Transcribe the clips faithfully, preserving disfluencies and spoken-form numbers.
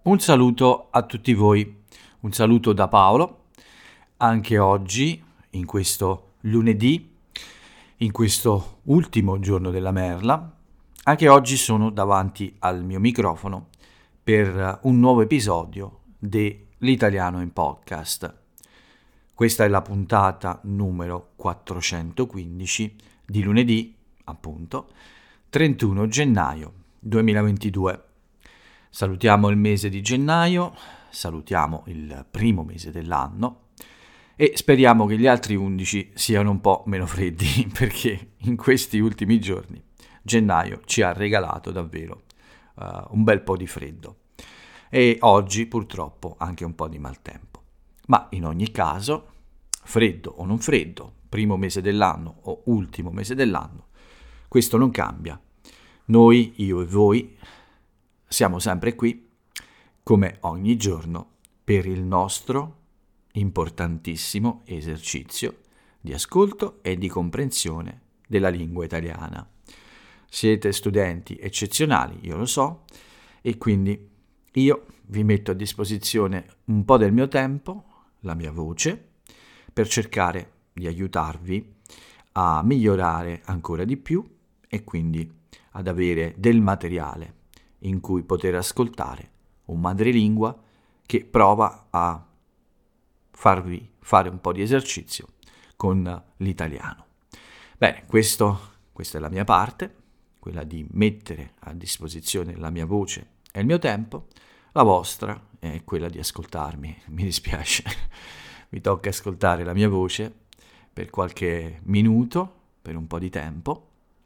Un saluto a tutti voi, un saluto da Paolo. Anche oggi, in questo lunedì, in questo ultimo giorno della merla, anche oggi sono davanti al mio microfono per un nuovo episodio dell'Italiano in Podcast. Questa è la puntata numero quattrocentoquindici di lunedì, appunto, trentuno gennaio duemilaventidue. Salutiamo il mese di gennaio, salutiamo il primo mese dell'anno e speriamo che gli altri undici siano un po' meno freddi, perché in questi ultimi giorni gennaio ci ha regalato davvero uh, un bel po' di freddo e oggi purtroppo anche un po' di maltempo. Ma in ogni caso, freddo o non freddo, primo mese dell'anno o ultimo mese dell'anno, questo non cambia. Noi, io e voi, siamo sempre qui, come ogni giorno, per il nostro importantissimo esercizio di ascolto e di comprensione della lingua italiana. Siete studenti eccezionali, io lo so, e quindi io vi metto a disposizione un po' del mio tempo, la mia voce, per cercare di aiutarvi a migliorare ancora di più e quindi ad avere del materiale in cui poter ascoltare un madrelingua che prova a farvi fare un po' di esercizio con l'italiano. Bene, questo, questa è la mia parte, quella di mettere a disposizione la mia voce e il mio tempo. La vostra è quella di ascoltarmi. Mi dispiace, mi tocca ascoltare la mia voce per qualche minuto, per un po' di tempo.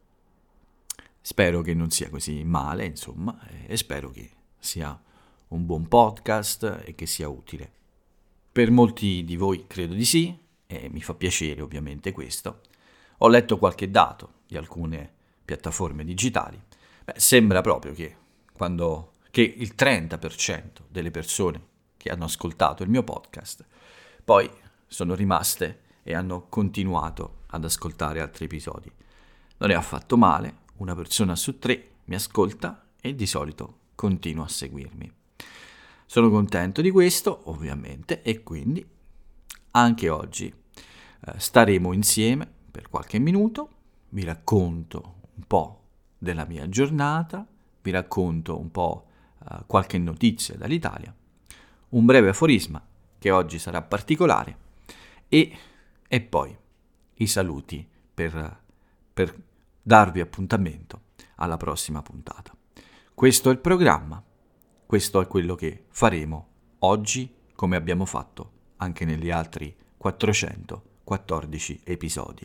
Spero che non sia così male, insomma, e spero che sia un buon podcast e che sia utile. Per molti di voi credo di sì, e mi fa piacere ovviamente questo. Ho letto qualche dato di alcune piattaforme digitali. Beh, sembra proprio che, quando, che il trenta per cento delle persone che hanno ascoltato il mio podcast poi sono rimaste e hanno continuato ad ascoltare altri episodi. Non è affatto male. Una persona su tre mi ascolta e di solito continua a seguirmi. Sono contento di questo, ovviamente, e quindi anche oggi eh, staremo insieme per qualche minuto. Vi racconto un po' della mia giornata, vi racconto un po' eh, qualche notizia dall'Italia, un breve aforisma che oggi sarà particolare e, e poi i saluti per, per darvi appuntamento alla prossima puntata. Questo è il programma, questo è quello che faremo oggi, come abbiamo fatto anche negli altri quattrocentoquattordici episodi.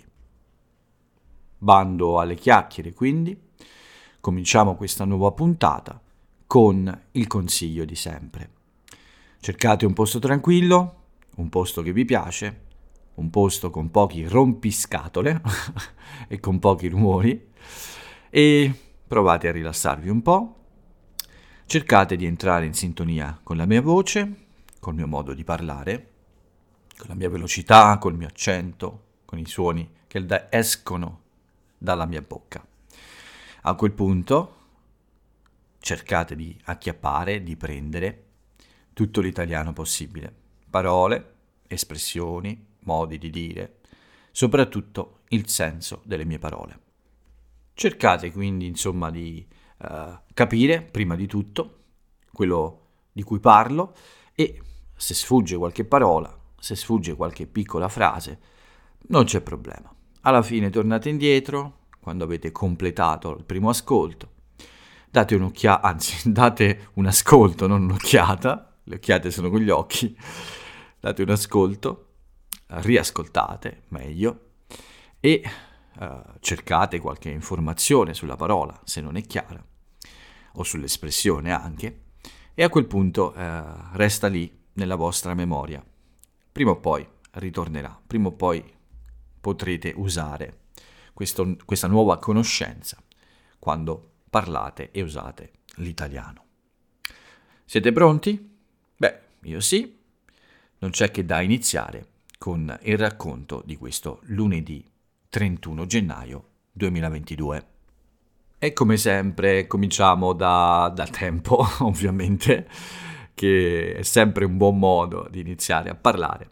Bando alle chiacchiere, quindi, cominciamo questa nuova puntata con il consiglio di sempre. Cercate un posto tranquillo, un posto che vi piace, un posto con pochi rompiscatole e con pochi rumori, e provate a rilassarvi un po'. Cercate di entrare in sintonia con la mia voce, col mio modo di parlare, con la mia velocità, col mio accento, con i suoni che da- escono dalla mia bocca. A quel punto cercate di acchiappare, di prendere tutto l'italiano possibile. Parole, espressioni, modi di dire, soprattutto il senso delle mie parole. Cercate quindi, insomma, di uh, capire prima di tutto quello di cui parlo e se sfugge qualche parola, se sfugge qualche piccola frase, non c'è problema. Alla fine tornate indietro, quando avete completato il primo ascolto, date un'occhiata, anzi date un ascolto, non un'occhiata, le occhiate sono con gli occhi, date un ascolto, riascoltate meglio e uh, cercate qualche informazione sulla parola se non è chiara o sull'espressione anche, e a quel punto uh, resta lì nella vostra memoria. Prima o poi ritornerà, prima o poi potrete usare questo, questa nuova conoscenza quando parlate e usate l'italiano. Siete pronti? Beh, io sì. Non c'è che da iniziare con il racconto di questo lunedì trentuno gennaio duemilaventidue. E come sempre cominciamo da, da tempo, ovviamente, che è sempre un buon modo di iniziare a parlare,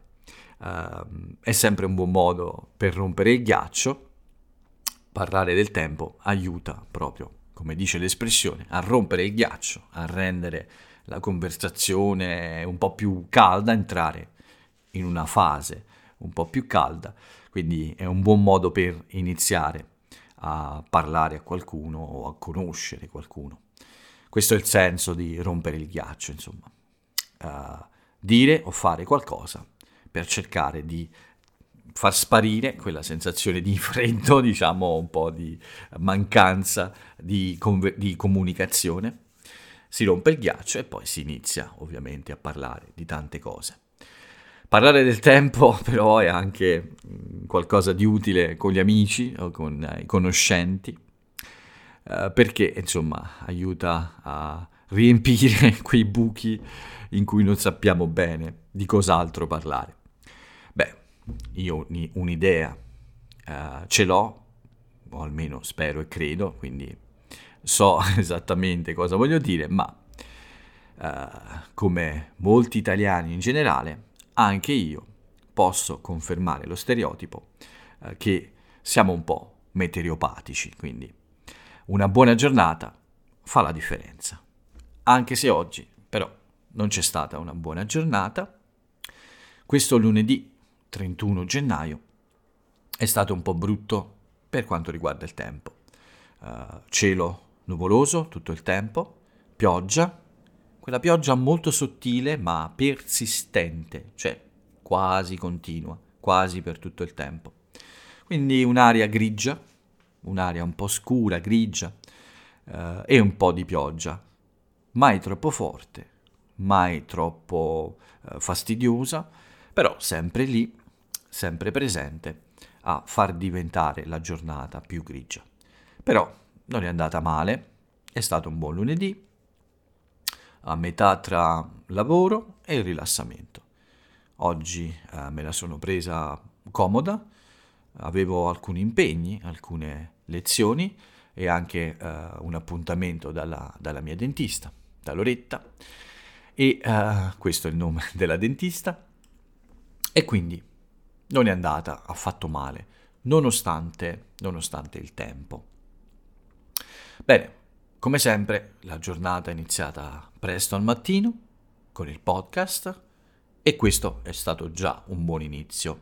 uh, è sempre un buon modo per rompere il ghiaccio. Parlare del tempo aiuta proprio, come dice l'espressione, a rompere il ghiaccio, a rendere la conversazione un po' più calda, entrare in una fase un po' più calda, quindi è un buon modo per iniziare a parlare a qualcuno o a conoscere qualcuno. Questo è il senso di rompere il ghiaccio, insomma. Uh, dire o fare qualcosa per cercare di far sparire quella sensazione di freddo, diciamo un po' di mancanza di, conver- di comunicazione. Si rompe il ghiaccio e poi si inizia ovviamente a parlare di tante cose. Parlare del tempo però è anche qualcosa di utile con gli amici o con i conoscenti, eh, perché insomma aiuta a riempire quei buchi in cui non sappiamo bene di cos'altro parlare. Beh, io un'idea eh, ce l'ho, o almeno spero e credo, quindi so esattamente cosa voglio dire, ma eh, come molti italiani in generale, anche io posso confermare lo stereotipo eh, che siamo un po' meteoropatici, quindi una buona giornata fa la differenza. Anche se oggi però non c'è stata una buona giornata, questo lunedì trentuno gennaio è stato un po' brutto per quanto riguarda il tempo. Uh, cielo nuvoloso tutto il tempo, pioggia, quella pioggia molto sottile ma persistente, cioè quasi continua, quasi per tutto il tempo. Quindi un'aria grigia, un'aria un po' scura, grigia, uh, e un po' di pioggia, mai troppo forte, mai troppo uh, fastidiosa, però sempre lì, sempre presente a far diventare la giornata più grigia. Però non è andata male, è stato un buon lunedì, a metà tra lavoro e il rilassamento. Oggi eh, me la sono presa comoda, avevo alcuni impegni, alcune lezioni e anche eh, un appuntamento dalla, dalla mia dentista, da Loretta, e eh, questo è il nome della dentista, e quindi non è andata affatto male, nonostante, nonostante il tempo. Bene, come sempre la giornata è iniziata presto al mattino con il podcast e questo è stato già un buon inizio.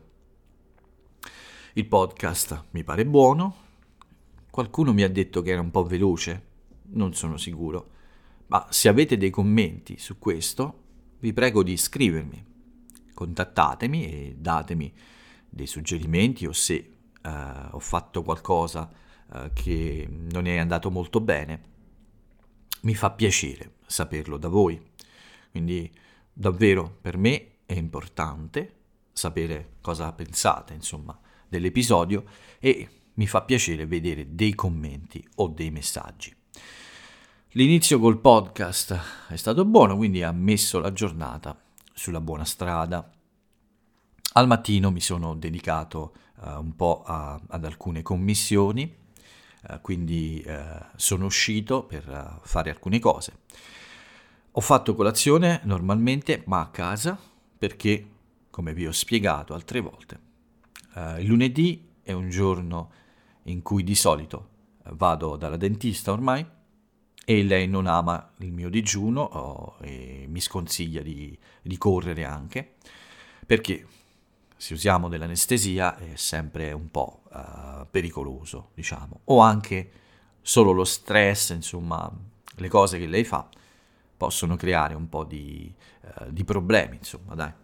Il podcast mi pare buono, qualcuno mi ha detto che era un po' veloce, non sono sicuro, ma se avete dei commenti su questo vi prego di scrivermi, contattatemi e datemi dei suggerimenti o se uh, ho fatto qualcosa uh, che non è andato molto bene. Mi fa piacere saperlo da voi, quindi davvero per me è importante sapere cosa pensate, insomma, dell'episodio e mi fa piacere vedere dei commenti o dei messaggi. L'inizio col podcast è stato buono, quindi ha messo la giornata sulla buona strada. Al mattino mi sono dedicato uh, un po' a, ad alcune commissioni, Uh, quindi uh, sono uscito per uh, fare alcune cose. Ho fatto colazione normalmente, ma a casa, perché, come vi ho spiegato altre volte, uh, il lunedì è un giorno in cui di solito uh, vado dalla dentista ormai e lei non ama il mio digiuno oh, e mi sconsiglia di, di correre anche, perché se usiamo dell'anestesia è sempre un po' uh, pericoloso, diciamo, o anche solo lo stress, insomma, le cose che lei fa possono creare un po' di, uh, di problemi, insomma, dai.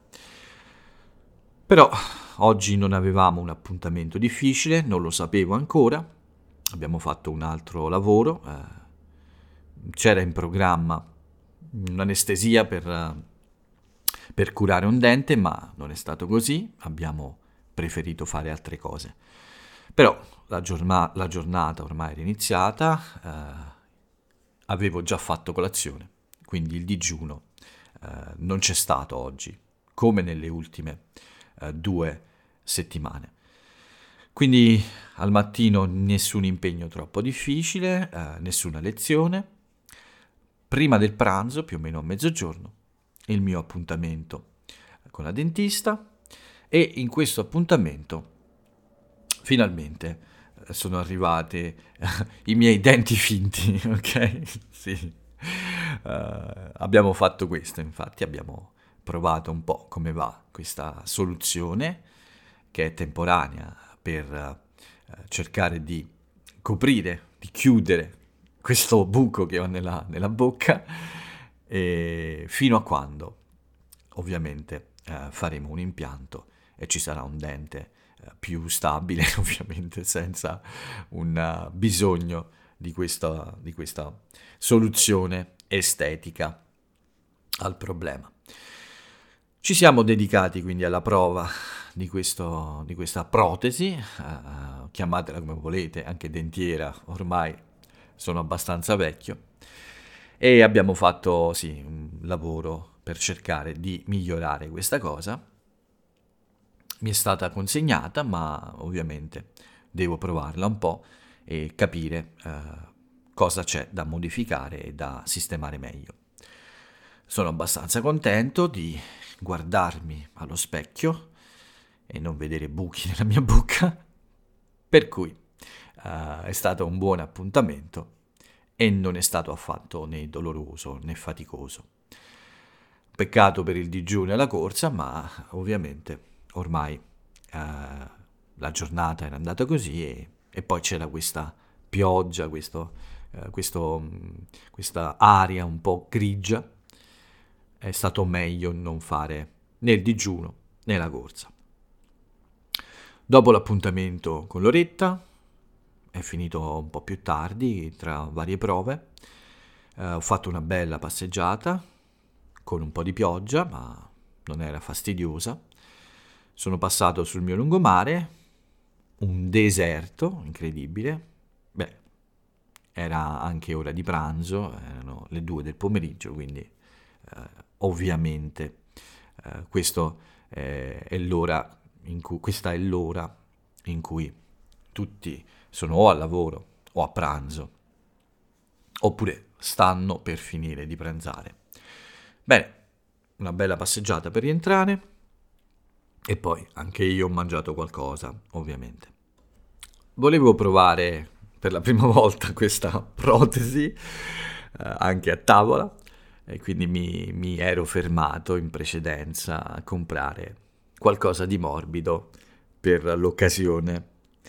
Però oggi non avevamo un appuntamento difficile, non lo sapevo ancora, abbiamo fatto un altro lavoro, uh, c'era in programma un'anestesia per... Uh, per curare un dente, ma non è stato così, abbiamo preferito fare altre cose. Però la, giorna- la giornata ormai era iniziata, eh, avevo già fatto colazione, quindi il digiuno eh, non c'è stato oggi, come nelle ultime eh, due settimane. Quindi al mattino nessun impegno troppo difficile, eh, nessuna lezione. Prima del pranzo, più o meno a mezzogiorno, il mio appuntamento con la dentista e in questo appuntamento finalmente eh, sono arrivate eh, i miei denti finti, ok? Sì. Eh, abbiamo fatto questo, infatti abbiamo provato un po' come va questa soluzione che è temporanea per eh, cercare di coprire, di chiudere questo buco che ho nella, nella bocca e fino a quando ovviamente eh, faremo un impianto e ci sarà un dente eh, più stabile, ovviamente senza un uh, bisogno di questa, di questa soluzione estetica al problema. Ci siamo dedicati quindi alla prova di, questo, di questa protesi, uh, chiamatela come volete, anche dentiera, ormai sono abbastanza vecchio, e abbiamo fatto sì, un lavoro per cercare di migliorare questa cosa. Mi è stata consegnata, ma ovviamente devo provarla un po' e capire eh, cosa c'è da modificare e da sistemare meglio. Sono abbastanza contento di guardarmi allo specchio e non vedere buchi nella mia bocca, per cui eh, è stato un buon appuntamento e non è stato affatto né doloroso né faticoso. Peccato per il digiuno e la corsa, ma ovviamente ormai eh, la giornata era andata così e, e poi c'era questa pioggia, questo, eh, questo, questa aria un po' grigia. È stato meglio non fare né il digiuno né la corsa. Dopo l'appuntamento con Loretta, è finito un po' più tardi tra varie prove, eh, ho fatto una bella passeggiata con un po' di pioggia, ma non era fastidiosa. Sono passato sul mio lungomare, un deserto incredibile. Beh, era anche ora di pranzo, erano le due del pomeriggio, quindi eh, ovviamente eh, questo eh, è l'ora in cui, questa è l'ora in cui tutti sono o al lavoro o a pranzo, oppure stanno per finire di pranzare. Bene, una bella passeggiata per rientrare e poi anche io ho mangiato qualcosa, ovviamente. Volevo provare per la prima volta questa protesi eh, anche a tavola e quindi mi, mi ero fermato in precedenza a comprare qualcosa di morbido per l'occasione.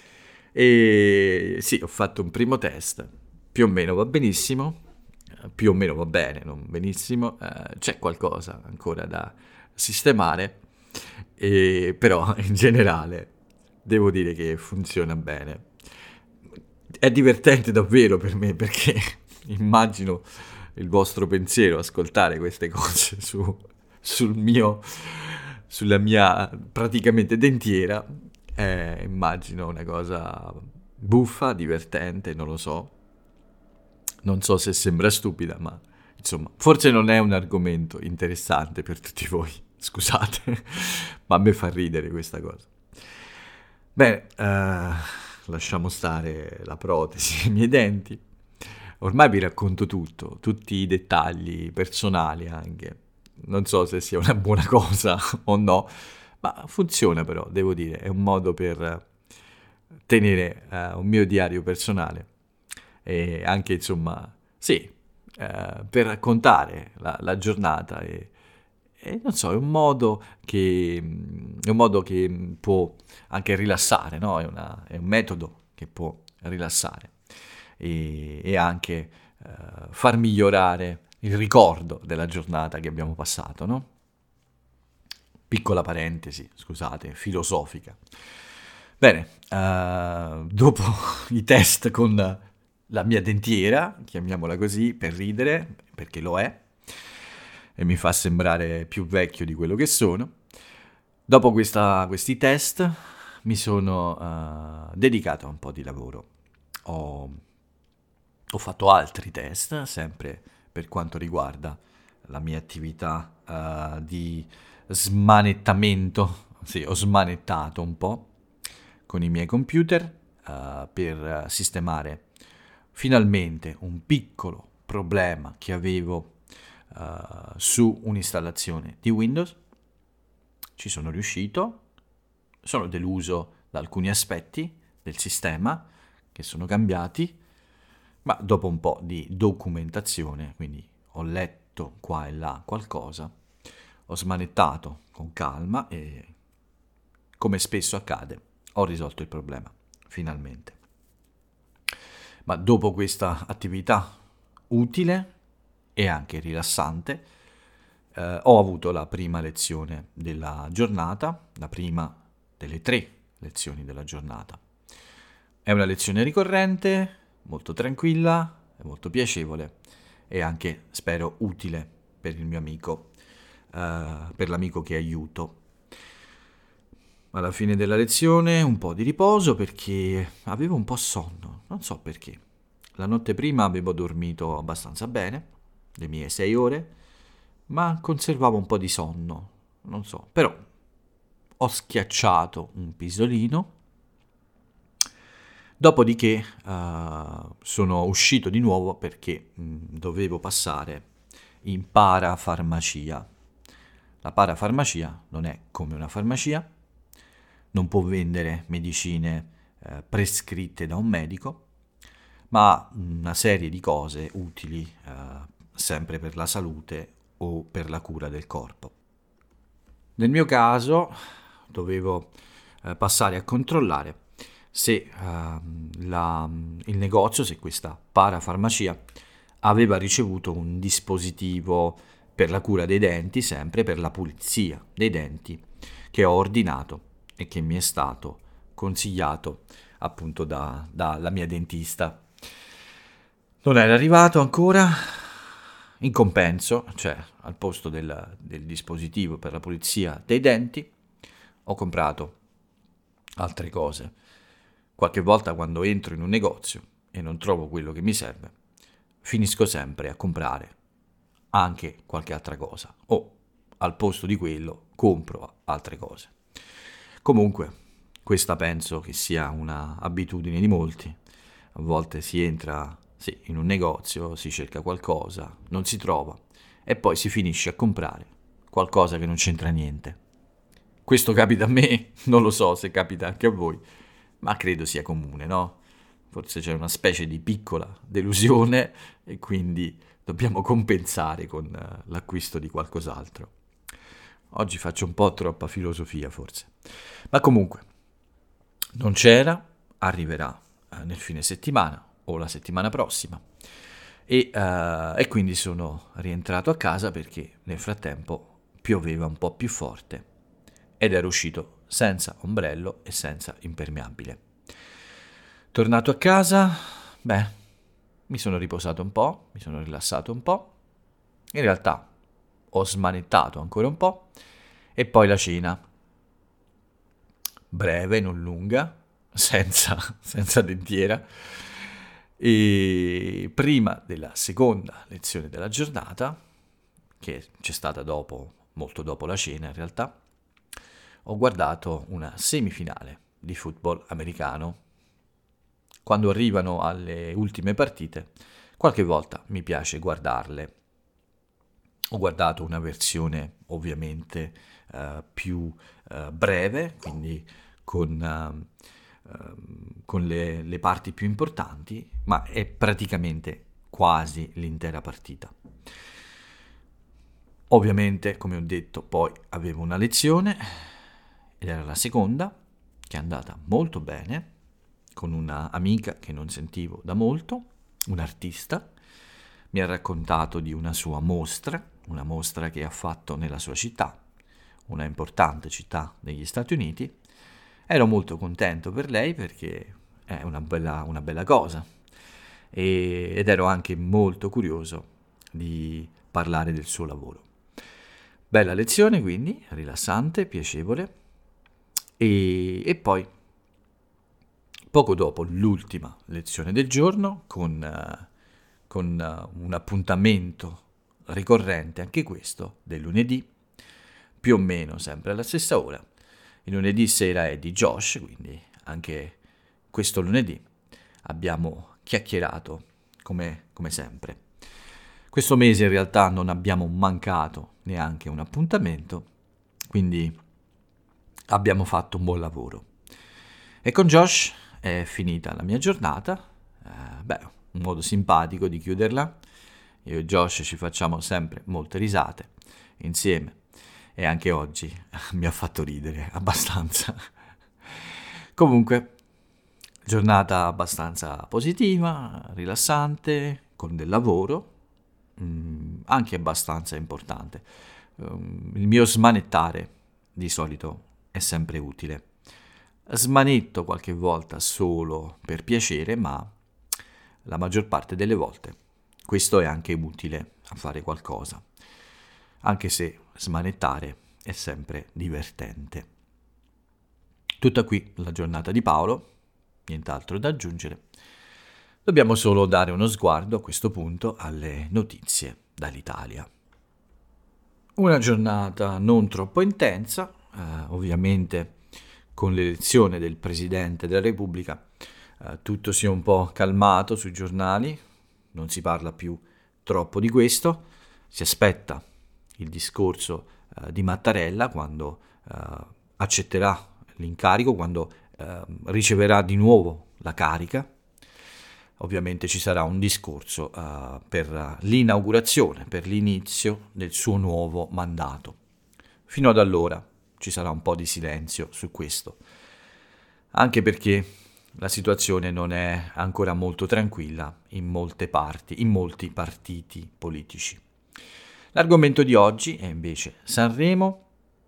E sì, ho fatto un primo test, più o meno va benissimo, più o meno va bene, non benissimo, eh, c'è qualcosa ancora da sistemare, e, però in generale devo dire che funziona bene. È divertente davvero per me perché immagino il vostro pensiero ascoltare queste cose su, sul mio, sulla mia praticamente dentiera. Eh, immagino una cosa buffa, divertente, non lo so. Non so se sembra stupida, ma insomma, forse non è un argomento interessante per tutti voi. Scusate, ma a me fa ridere questa cosa. Bene, eh, lasciamo stare la protesi, i miei denti. Ormai vi racconto tutto, tutti i dettagli personali anche. Non so se sia una buona cosa o no, ma funziona però, devo dire, è un modo per tenere eh, un mio diario personale e anche, insomma, sì, eh, per raccontare la, la giornata e, e non so, è un modo che, è un modo che può anche rilassare, no? È, una, è un metodo che può rilassare e, e anche eh, far migliorare il ricordo della giornata che abbiamo passato, no? Piccola parentesi, scusate, filosofica. Bene, uh, dopo i test con la mia dentiera, chiamiamola così per ridere, perché lo è, e mi fa sembrare più vecchio di quello che sono, dopo questa, questi test mi sono uh, dedicato a un po' di lavoro. Ho, ho fatto altri test, sempre per quanto riguarda la mia attività uh, di smanettamento. Sì, ho smanettato un po' con i miei computer uh, per sistemare finalmente un piccolo problema che avevo uh, su un'installazione di Windows. Ci sono riuscito, sono deluso da alcuni aspetti del sistema che sono cambiati, ma dopo un po' di documentazione, quindi ho letto qua e là qualcosa, ho smanettato con calma e, come spesso accade, ho risolto il problema, finalmente. Ma dopo questa attività utile e anche rilassante, eh, ho avuto la prima lezione della giornata, la prima delle tre lezioni della giornata. È una lezione ricorrente, molto tranquilla, molto piacevole e anche, spero, utile per il mio amico, eh, per l'amico che aiuto. Alla fine della lezione un po' di riposo perché avevo un po' sonno, non so perché. La notte prima avevo dormito abbastanza bene, le mie sei ore, ma conservavo un po' di sonno, non so. Però ho schiacciato un pisolino, dopodiché uh, sono uscito di nuovo perché mh, dovevo passare in parafarmacia. La parafarmacia non è come una farmacia, non può vendere medicine eh, prescritte da un medico, ma una serie di cose utili eh, sempre per la salute o per la cura del corpo. Nel mio caso dovevo eh, passare a controllare se eh, la, il negozio, se questa parafarmacia aveva ricevuto un dispositivo per la cura dei denti, sempre per la pulizia dei denti, che ho ordinato e che mi è stato consigliato appunto da, dalla mia dentista. Non era arrivato ancora. In compenso, cioè al posto del, del dispositivo per la pulizia dei denti, ho comprato altre cose. Qualche volta quando entro in un negozio e non trovo quello che mi serve, finisco sempre a comprare anche qualche altra cosa o al posto di quello compro altre cose. Comunque, questa penso che sia una abitudine di molti. A volte si entra sì, in un negozio, si cerca qualcosa, non si trova e poi si finisce a comprare qualcosa che non c'entra niente. Questo capita a me, non lo so se capita anche a voi, ma credo sia comune, no? Forse c'è una specie di piccola delusione e quindi dobbiamo compensare con l'acquisto di qualcos'altro. Oggi faccio un po' troppa filosofia forse. Ma comunque, non c'era, arriverà nel fine settimana o la settimana prossima. E, uh, e quindi sono rientrato a casa perché nel frattempo pioveva un po' più forte ed ero uscito senza ombrello e senza impermeabile. Tornato a casa, beh, mi sono riposato un po', mi sono rilassato un po', in realtà ho smanettato ancora un po' e poi la cena, breve, non lunga, senza, senza dentiera, e prima della seconda lezione della giornata, che c'è stata dopo, molto dopo la cena in realtà, ho guardato una semifinale di football americano. Quando arrivano alle ultime partite, qualche volta mi piace guardarle. Ho guardato una versione ovviamente uh, più uh, breve, quindi con, uh, uh, con le, le parti più importanti, ma è praticamente quasi l'intera partita. Ovviamente, come ho detto, poi avevo una lezione, ed era la seconda, che è andata molto bene, con una amica che non sentivo da molto, un artista. Mi ha raccontato di una sua mostra, una mostra che ha fatto nella sua città, una importante città degli Stati Uniti. Ero molto contento per lei perché è una bella, una bella cosa e, ed ero anche molto curioso di parlare del suo lavoro. Bella lezione quindi, rilassante, piacevole e, e poi poco dopo l'ultima lezione del giorno con... Uh, con uh, un appuntamento ricorrente, anche questo, del lunedì, più o meno sempre alla stessa ora. Il lunedì sera è di Josh, quindi anche questo lunedì abbiamo chiacchierato come, come sempre. Questo mese in realtà non abbiamo mancato neanche un appuntamento, quindi abbiamo fatto un buon lavoro. E con Josh è finita la mia giornata, eh, beh, un modo simpatico di chiuderla. Io e Josh ci facciamo sempre molte risate insieme e anche oggi mi ha fatto ridere abbastanza. Comunque, giornata abbastanza positiva, rilassante, con del lavoro, mh, anche abbastanza importante. Um, il mio smanettare di solito è sempre utile. Smanetto qualche volta solo per piacere, ma la maggior parte delle volte questo è anche utile a fare qualcosa, anche se smanettare è sempre divertente. Tutta qui la giornata di Paolo, nient'altro da aggiungere. Dobbiamo solo dare uno sguardo a questo punto alle notizie dall'Italia. Una giornata non troppo intensa, eh, ovviamente con l'elezione del Presidente della Repubblica eh, tutto si è un po' calmato sui giornali, non si parla più troppo di questo, si aspetta il discorso eh, di Mattarella quando eh, accetterà l'incarico, quando eh, riceverà di nuovo la carica. Ovviamente ci sarà un discorso uh, per l'inaugurazione, per l'inizio del suo nuovo mandato. Fino ad allora ci sarà un po' di silenzio su questo, anche perché la situazione non è ancora molto tranquilla in molte parti, in molti partiti politici. L'argomento di oggi è invece Sanremo.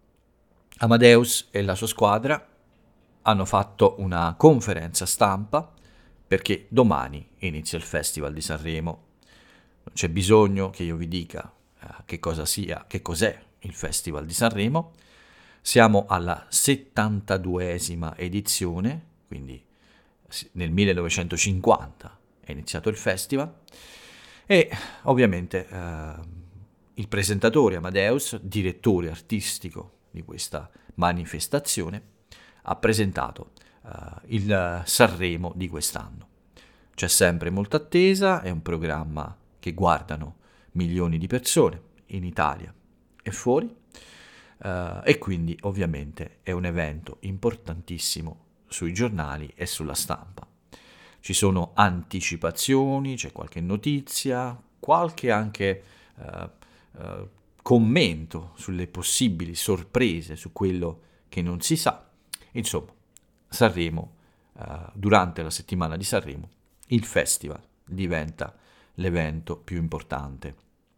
Amadeus e la sua squadra hanno fatto una conferenza stampa perché domani inizia il Festival di Sanremo. Non c'è bisogno che io vi dica eh, che cosa sia, che cos'è il Festival di Sanremo. Siamo alla settantaduesima edizione, quindi nel millenovecentocinquanta è iniziato il festival e ovviamente eh, il presentatore Amadeus, direttore artistico di questa manifestazione, ha presentato Uh, il Sanremo di quest'anno. C'è sempre molta attesa, è un programma che guardano milioni di persone in Italia e fuori uh, e quindi ovviamente è un evento importantissimo sui giornali e sulla stampa. Ci sono anticipazioni, c'è qualche notizia, qualche anche uh, uh, commento sulle possibili sorprese, su quello che non si sa. Insomma, Sanremo, uh, durante la settimana di Sanremo, il festival diventa l'evento più importante,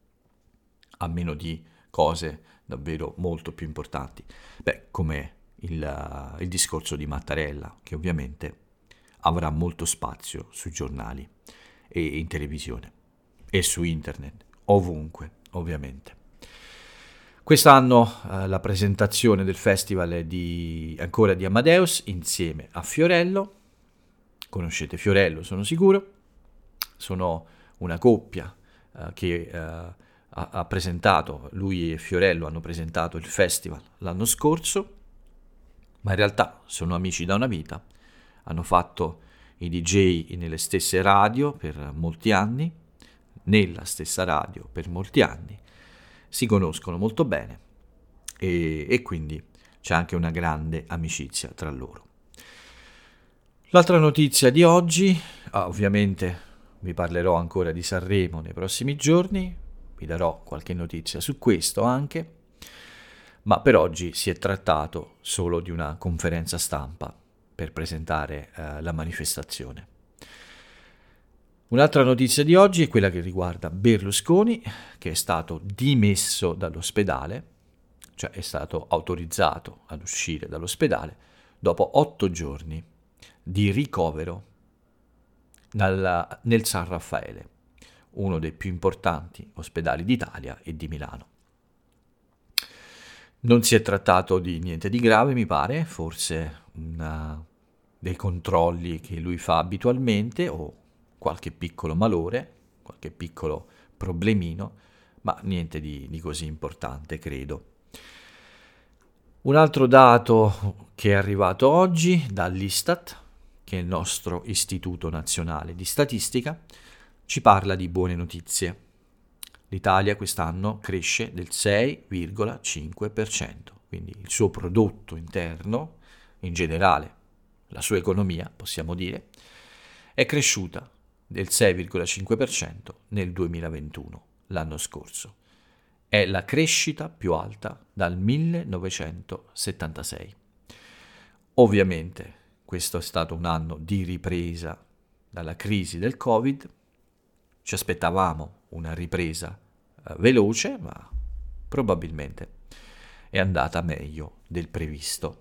a meno di cose davvero molto più importanti, beh, come il, uh, il discorso di Mattarella, che ovviamente avrà molto spazio sui giornali e in televisione e su internet, ovunque, ovviamente. Quest'anno eh, la presentazione del festival è di, ancora di Amadeus insieme a Fiorello. Conoscete Fiorello, sono sicuro. Sono una coppia eh, che eh, ha, ha presentato, lui e Fiorello hanno presentato il festival l'anno scorso, ma in realtà sono amici da una vita. Hanno fatto i D J nelle stesse radio per molti anni, nella stessa radio per molti anni. Si conoscono molto bene e, e quindi c'è anche una grande amicizia tra loro. L'altra notizia di oggi, ah, ovviamente vi parlerò ancora di Sanremo nei prossimi giorni, vi darò qualche notizia su questo anche, ma per oggi si è trattato solo di una conferenza stampa per presentare eh, la manifestazione. Un'altra notizia di oggi è quella che riguarda Berlusconi, che è stato dimesso dall'ospedale, cioè è stato autorizzato ad uscire dall'ospedale dopo otto giorni di ricovero nel, nel San Raffaele, uno dei più importanti ospedali d'Italia e di Milano. Non si è trattato di niente di grave, mi pare, forse una, dei controlli che lui fa abitualmente o qualche piccolo malore, qualche piccolo problemino, ma niente di, di così importante, credo. Un altro dato che è arrivato oggi dall'Istat, che è il nostro Istituto Nazionale di Statistica, ci parla di buone notizie. l'Italia quest'anno cresce del sei virgola cinque per cento, quindi il suo prodotto interno, in generale la sua economia, possiamo dire, è cresciuta del sei virgola cinque per cento nel duemilaventuno, l'anno scorso. È la crescita più alta dal millenovecentosettantasei. Ovviamente questo è stato un anno di ripresa dalla crisi del Covid. Ci aspettavamo una ripresa eh, veloce, ma probabilmente è andata meglio del previsto.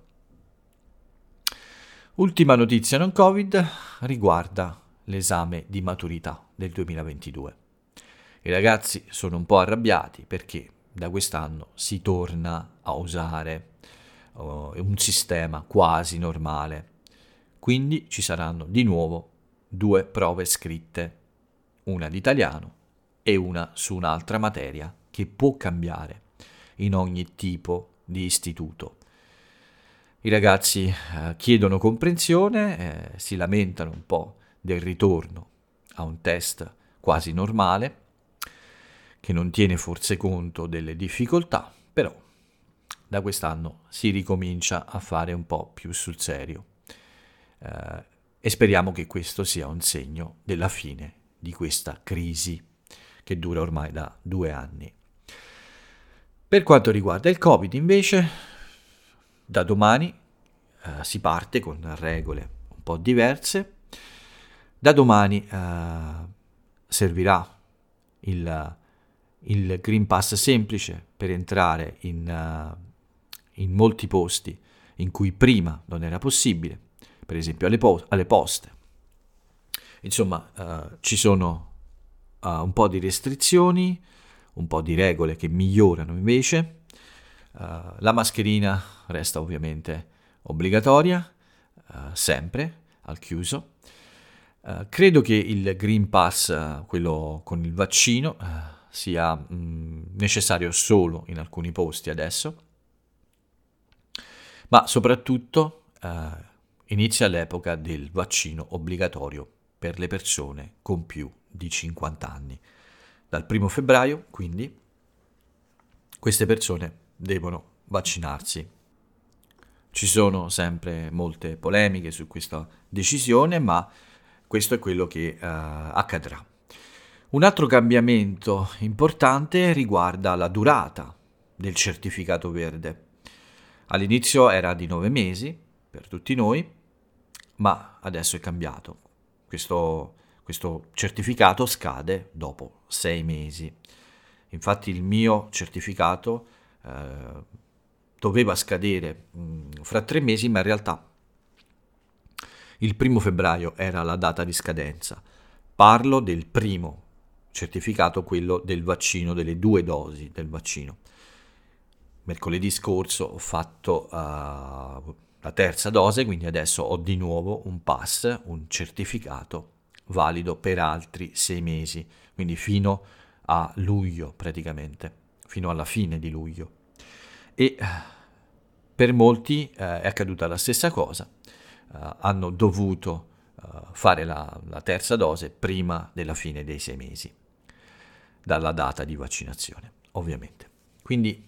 Ultima notizia non Covid riguarda l'esame di maturità del duemilaventidue. I ragazzi sono un po' arrabbiati perché da quest'anno si torna a usare uh, un sistema quasi normale. Quindi ci saranno di nuovo due prove scritte, una di italiano e una su un'altra materia che può cambiare in ogni tipo di istituto. I ragazzi eh, chiedono comprensione, eh, si lamentano un po' del ritorno a un test quasi normale, che non tiene forse conto delle difficoltà, però da quest'anno si ricomincia a fare un po' più sul serio. Eh, e speriamo che questo sia un segno della fine di questa crisi che dura ormai da due anni. Per quanto riguarda il Covid, invece, da domani eh, si parte con regole un po' diverse. Da domani eh, servirà il, il Green Pass semplice per entrare in, uh, in molti posti in cui prima non era possibile, per esempio alle, po- alle poste. Insomma, uh, ci sono uh, un po' di restrizioni, un po' di regole che migliorano invece. Uh, la mascherina resta ovviamente obbligatoria, uh, sempre al chiuso. Uh, credo che il Green Pass, uh, quello con il vaccino, uh, sia mh, necessario solo in alcuni posti adesso, ma soprattutto uh, inizia l'epoca del vaccino obbligatorio per le persone con più di cinquanta anni. Dal primo febbraio, quindi, queste persone devono vaccinarsi. Ci sono sempre molte polemiche su questa decisione, ma questo è quello che uh, accadrà. Un altro cambiamento importante riguarda la durata del certificato verde. All'inizio era di nove mesi per tutti noi, ma adesso è cambiato. Questo, questo certificato scade dopo sei mesi. Infatti il mio certificato eh, doveva scadere mh, fra tre mesi, ma in realtà il primo febbraio era la data di scadenza. Parlo del primo certificato, quello del vaccino, delle due dosi del vaccino. Mercoledì scorso ho fatto uh, la terza dose, quindi adesso ho di nuovo un pass, un certificato valido per altri sei mesi, quindi fino a luglio praticamente, fino alla fine di luglio. E per molti uh, è accaduta la stessa cosa, uh, hanno dovuto uh, fare la, la terza dose prima della fine dei sei mesi, dalla data di vaccinazione, ovviamente. Quindi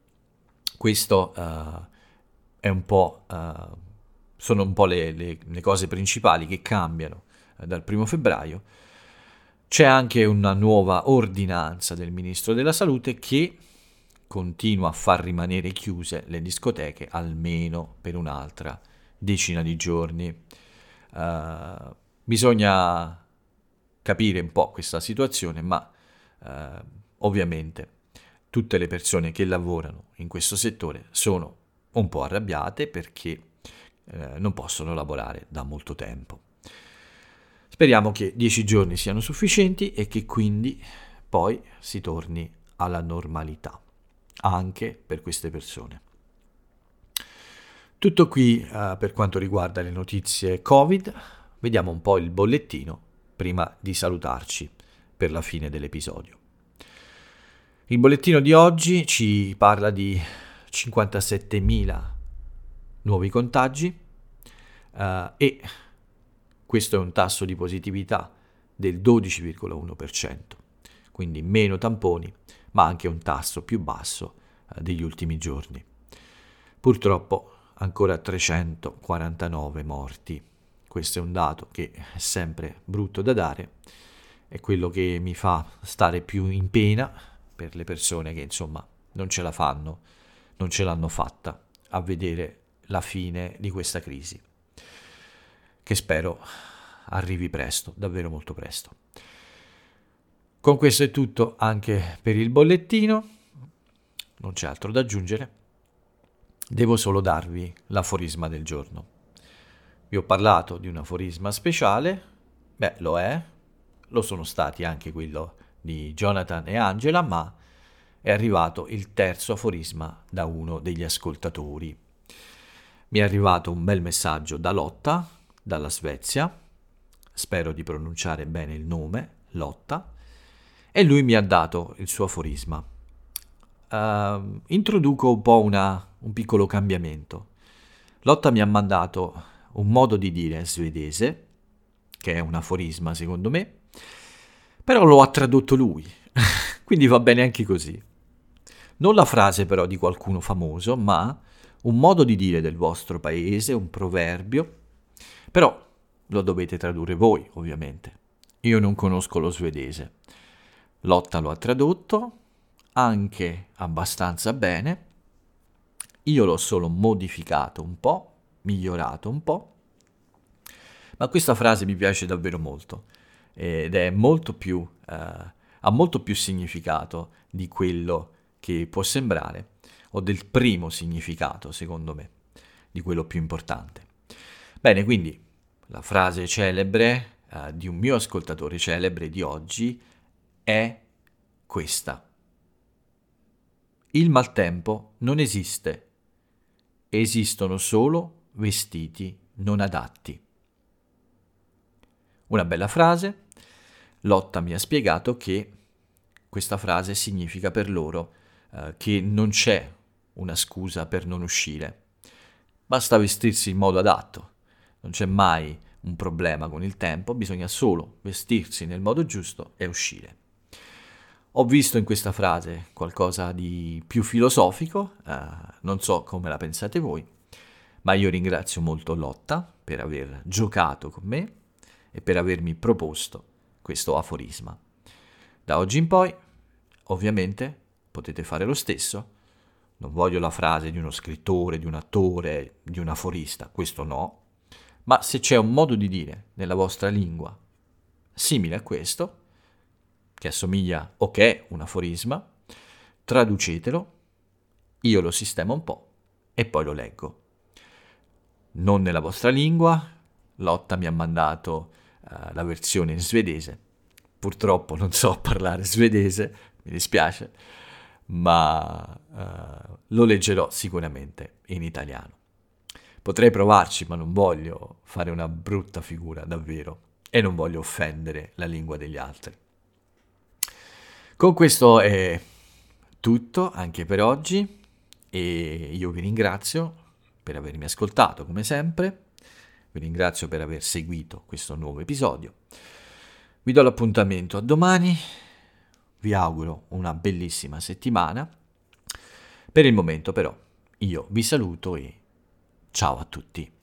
questo uh, è un po', uh, sono un po' le, le, le cose principali che cambiano uh, dal primo febbraio. C'è anche una nuova ordinanza del Ministro della Salute che continua a far rimanere chiuse le discoteche almeno per un'altra decina di giorni. Uh, bisogna capire un po' questa situazione, ma uh, ovviamente tutte le persone che lavorano in questo settore sono un po' arrabbiate perché eh, non possono lavorare da molto tempo. Speriamo che dieci giorni siano sufficienti e che quindi poi si torni alla normalità, anche per queste persone. Tutto qui eh, per quanto riguarda le notizie Covid. Vediamo un po' il bollettino prima di salutarci per la fine dell'episodio. Il bollettino di oggi ci parla di cinquantasettemila nuovi contagi uh, e questo è un tasso di positività del dodici virgola uno per cento. quindi meno tamponi, ma anche un tasso più basso eh, degli ultimi giorni. Purtroppo ancora trecentoquarantanove morti. Questo è un dato che è sempre brutto da dare, è quello che mi fa stare più in pena per le persone che insomma non ce la fanno, non ce l'hanno fatta a vedere la fine di questa crisi, che spero arrivi presto, davvero molto presto. Con questo è tutto anche per il bollettino, non c'è altro da aggiungere, devo solo darvi l'aforisma del giorno. Vi ho parlato di un aforisma speciale, beh lo è, lo sono stati anche quello di Jonathan e Angela, ma è arrivato il terzo aforisma da uno degli ascoltatori. Mi è arrivato un bel messaggio da Lotta, dalla Svezia, spero di pronunciare bene il nome, Lotta, e lui mi ha dato il suo aforisma. Uh, introduco un po' una, un piccolo cambiamento. Lotta mi ha mandato un modo di dire svedese, che è un aforisma secondo me, però lo ha tradotto lui, quindi va bene anche così. Non la frase però di qualcuno famoso, ma un modo di dire del vostro paese, un proverbio, però lo dovete tradurre voi, ovviamente. Io non conosco lo svedese. Lotta lo ha tradotto, anche abbastanza bene. Io l'ho solo modificato un po', migliorato un po', ma questa frase mi piace davvero molto ed è molto più, eh, ha molto più significato di quello che può sembrare, o del primo significato, secondo me, di quello più importante. Bene, quindi la frase celebre eh, di un mio ascoltatore celebre di oggi è questa. Il maltempo non esiste, esistono solo vestiti non adatti. Una bella frase. Lotta mi ha spiegato che questa frase significa per loro eh, che non c'è una scusa per non uscire. Basta vestirsi in modo adatto, non c'è mai un problema con il tempo, bisogna solo vestirsi nel modo giusto e uscire. Ho visto in questa frase qualcosa di più filosofico, eh, non so come la pensate voi, ma io ringrazio molto Lotta per aver giocato con me e per avermi proposto questo aforisma. Da oggi in poi, ovviamente, potete fare lo stesso. Non voglio la frase di uno scrittore, di un attore, di un aforista, questo no, ma se c'è un modo di dire nella vostra lingua simile a questo, che assomiglia o che è un aforisma, traducetelo, io lo sistemo un po' e poi lo leggo. Non nella vostra lingua, Lotta mi ha mandato uh, la versione in svedese, purtroppo non so parlare svedese, mi dispiace, ma uh, lo leggerò sicuramente in italiano. Potrei provarci, ma non voglio fare una brutta figura, davvero, e non voglio offendere la lingua degli altri. Con questo è tutto anche per oggi e io vi ringrazio per avermi ascoltato come sempre, vi ringrazio per aver seguito questo nuovo episodio, vi do l'appuntamento a domani, vi auguro una bellissima settimana, per il momento però io vi saluto e ciao a tutti.